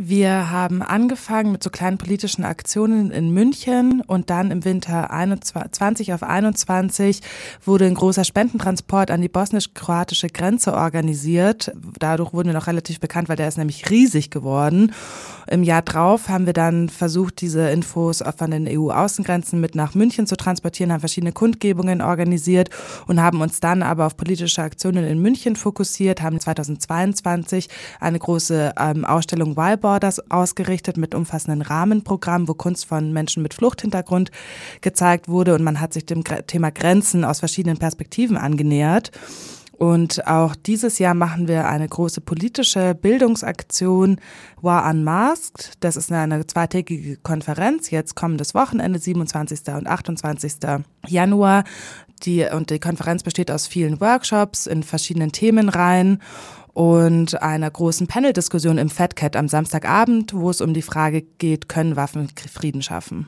Wir haben angefangen mit so kleinen politischen Aktionen in München und dann im Winter 20 auf 21 wurde ein großer Spendentransport an die bosnisch-kroatische Grenze organisiert. Dadurch wurden wir noch relativ bekannt, weil der ist nämlich riesig geworden. Im Jahr drauf haben wir dann versucht, diese Infos von den EU-Außengrenzen mit nach München zu transportieren, haben verschiedene Kundgebungen organisiert und haben uns dann aber auf politische Aktionen in München fokussiert, haben 2022 eine große Ausstellung Why Borders ausgerichtet mit umfassenden Rahmenprogrammen, wo Kunst von Menschen mit Fluchthintergrund gezeigt wurde und man hat sich dem Thema Grenzen aus verschiedenen Perspektiven angenähert. Und auch dieses Jahr machen wir eine große politische Bildungsaktion War Unmasked. Das ist eine zweitägige Konferenz, jetzt kommendes Wochenende, 27. und 28. Januar. Die Konferenz besteht aus vielen Workshops in verschiedenen Themenreihen und einer großen Panel-Diskussion im Fat Cat am Samstagabend, wo es um die Frage geht, können Waffen Frieden schaffen?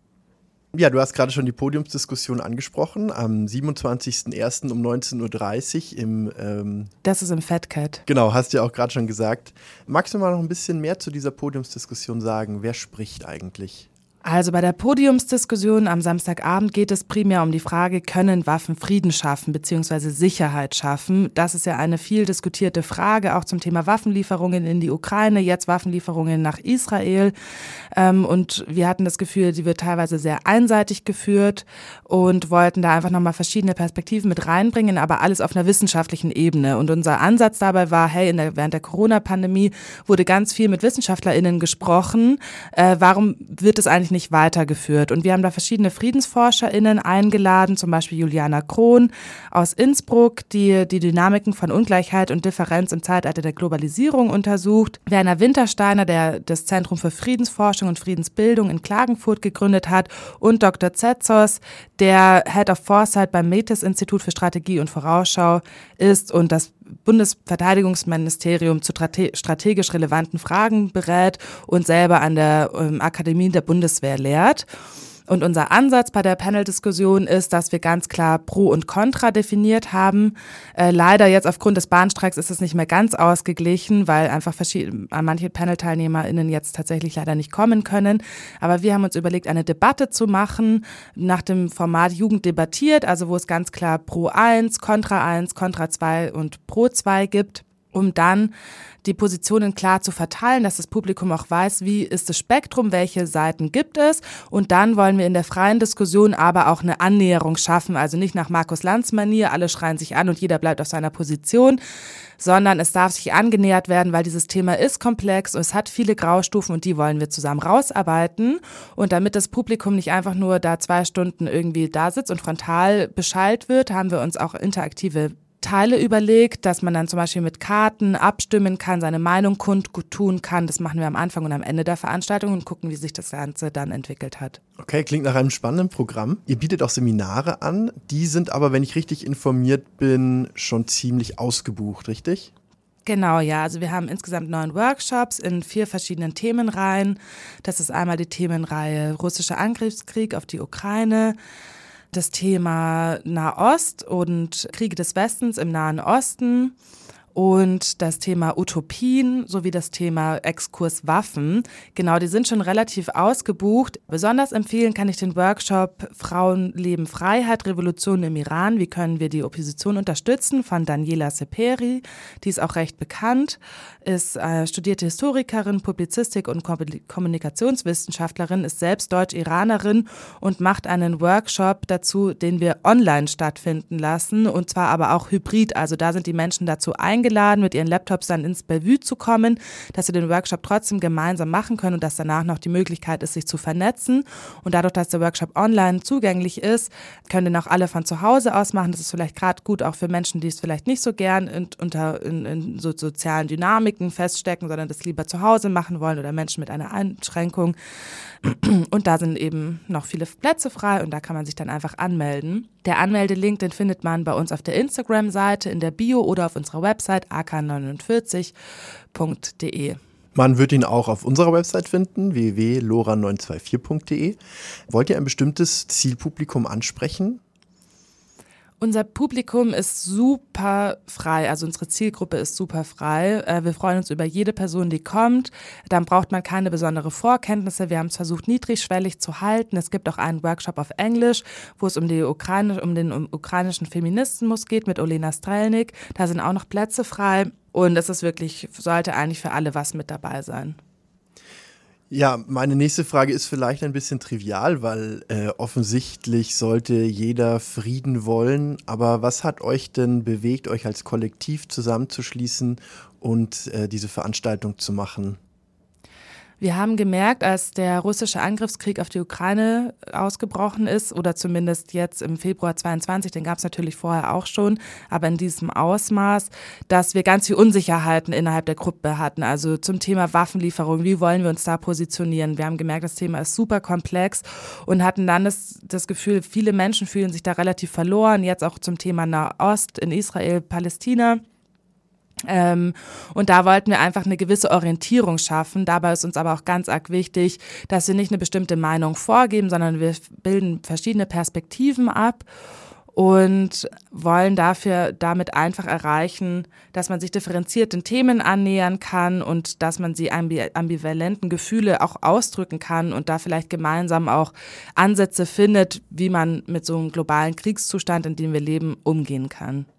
Ja, du hast gerade schon die Podiumsdiskussion angesprochen, am 27.01. um 19.30 Uhr Das ist im Fat Cat. Genau, hast du ja auch gerade schon gesagt. Magst du mal noch ein bisschen mehr zu dieser Podiumsdiskussion sagen? Wer spricht eigentlich? Also bei der Podiumsdiskussion am Samstagabend geht es primär um die Frage, können Waffen Frieden schaffen bzw. Sicherheit schaffen? Das ist ja eine viel diskutierte Frage, auch zum Thema Waffenlieferungen in die Ukraine, jetzt Waffenlieferungen nach Israel. Und wir hatten das Gefühl, die wird teilweise sehr einseitig geführt und wollten da einfach nochmal verschiedene Perspektiven mit reinbringen, aber alles auf einer wissenschaftlichen Ebene. Und unser Ansatz dabei war, während der Corona-Pandemie wurde ganz viel mit WissenschaftlerInnen gesprochen. Warum wird es eigentlich nicht weitergeführt? Und wir haben da verschiedene FriedensforscherInnen eingeladen, zum Beispiel Juliana Krohn aus Innsbruck, die die Dynamiken von Ungleichheit und Differenz im Zeitalter der Globalisierung untersucht. Werner Wintersteiner, der das Zentrum für Friedensforschung und Friedensbildung in Klagenfurt gegründet hat, und Dr. Tsetsos, der Head of Foresight beim Metis-Institut für Strategie und Vorausschau ist und das Bundesverteidigungsministerium zu strategisch relevanten Fragen berät und selber an der Akademie der Bundeswehr lehrt. Und unser Ansatz bei der Panel-Diskussion ist, dass wir ganz klar Pro und Contra definiert haben. Leider jetzt aufgrund des Bahnstreiks ist es nicht mehr ganz ausgeglichen, weil einfach manche Panel-TeilnehmerInnen jetzt tatsächlich leider nicht kommen können. Aber wir haben uns überlegt, eine Debatte zu machen nach dem Format Jugend debattiert, also wo es ganz klar Pro 1, Contra 2 und Pro 2 gibt, um dann die Positionen klar zu verteilen, dass das Publikum auch weiß, wie ist das Spektrum, welche Seiten gibt es. Und dann wollen wir in der freien Diskussion aber auch eine Annäherung schaffen, also nicht nach Markus Lanz-Manier, alle schreien sich an und jeder bleibt auf seiner Position, sondern es darf sich angenähert werden, weil dieses Thema ist komplex und es hat viele Graustufen und die wollen wir zusammen rausarbeiten. Und damit das Publikum nicht einfach nur da 2 Stunden irgendwie da sitzt und frontal beschallt wird, haben wir uns auch interaktive Teile überlegt, dass man dann zum Beispiel mit Karten abstimmen kann, seine Meinung kundtun kann. Das machen wir am Anfang und am Ende der Veranstaltung und gucken, wie sich das Ganze dann entwickelt hat. Okay, klingt nach einem spannenden Programm. Ihr bietet auch Seminare an. Die sind aber, wenn ich richtig informiert bin, schon ziemlich ausgebucht, richtig? Genau, ja. Also wir haben insgesamt 9 Workshops in 4 verschiedenen Themenreihen. Das ist einmal die Themenreihe Russischer Angriffskrieg auf die Ukraine, das Thema Nahost und Kriege des Westens im Nahen Osten und das Thema Utopien sowie das Thema Exkurs Waffen. Genau, die sind schon relativ ausgebucht. Besonders empfehlen kann ich den Workshop Frauen, Leben, Freiheit, Revolution im Iran. Wie können wir die Opposition unterstützen? Von Daniela Seperi. Die ist auch recht bekannt, ist studierte Historikerin, Publizistik und Kommunikationswissenschaftlerin, ist selbst Deutsch-Iranerin und macht einen Workshop dazu, den wir online stattfinden lassen und zwar aber auch hybrid. Also da sind die Menschen dazu eingeladen, mit ihren Laptops dann ins Bellevue zu kommen, dass sie den Workshop trotzdem gemeinsam machen können und dass danach noch die Möglichkeit ist, sich zu vernetzen. Und dadurch, dass der Workshop online zugänglich ist, können den auch alle von zu Hause aus machen. Das ist vielleicht gerade gut auch für Menschen, die es vielleicht nicht so gern in so sozialen Dynamiken feststecken, sondern das lieber zu Hause machen wollen oder Menschen mit einer Einschränkung. Und da sind eben noch viele Plätze frei und da kann man sich dann einfach anmelden. Der Anmeldelink, den findet man bei uns auf der Instagram-Seite, in der Bio oder auf unserer Website ak49.de. Man wird ihn auch auf unserer Website finden, www.lora924.de. Wollt ihr ein bestimmtes Zielpublikum ansprechen? Unser Publikum ist super frei, also unsere Zielgruppe ist super frei. Wir freuen uns über jede Person, die kommt. Dann braucht man keine besondere Vorkenntnisse. Wir haben es versucht, niedrigschwellig zu halten. Es gibt auch einen Workshop auf Englisch, wo es um den ukrainischen Feminismus geht mit Olena Strelnik. Da sind auch noch Plätze frei und es ist wirklich, sollte eigentlich für alle was mit dabei sein. Ja, meine nächste Frage ist vielleicht ein bisschen trivial, weil offensichtlich sollte jeder Frieden wollen. Aber was hat euch denn bewegt, euch als Kollektiv zusammenzuschließen und diese Veranstaltung zu machen? Wir haben gemerkt, als der russische Angriffskrieg auf die Ukraine ausgebrochen ist, oder zumindest jetzt im Februar 22, den gab es natürlich vorher auch schon, aber in diesem Ausmaß, dass wir ganz viel Unsicherheiten innerhalb der Gruppe hatten. Also zum Thema Waffenlieferung, wie wollen wir uns da positionieren? Wir haben gemerkt, das Thema ist super komplex und hatten dann das Gefühl, viele Menschen fühlen sich da relativ verloren, jetzt auch zum Thema Nahost in Israel, Palästina. Und da wollten wir einfach eine gewisse Orientierung schaffen. Dabei ist uns aber auch ganz arg wichtig, dass wir nicht eine bestimmte Meinung vorgeben, sondern wir bilden verschiedene Perspektiven ab und wollen damit einfach erreichen, dass man sich differenzierten Themen annähern kann und dass man die ambivalenten Gefühle auch ausdrücken kann und da vielleicht gemeinsam auch Ansätze findet, wie man mit so einem globalen Kriegszustand, in dem wir leben, umgehen kann.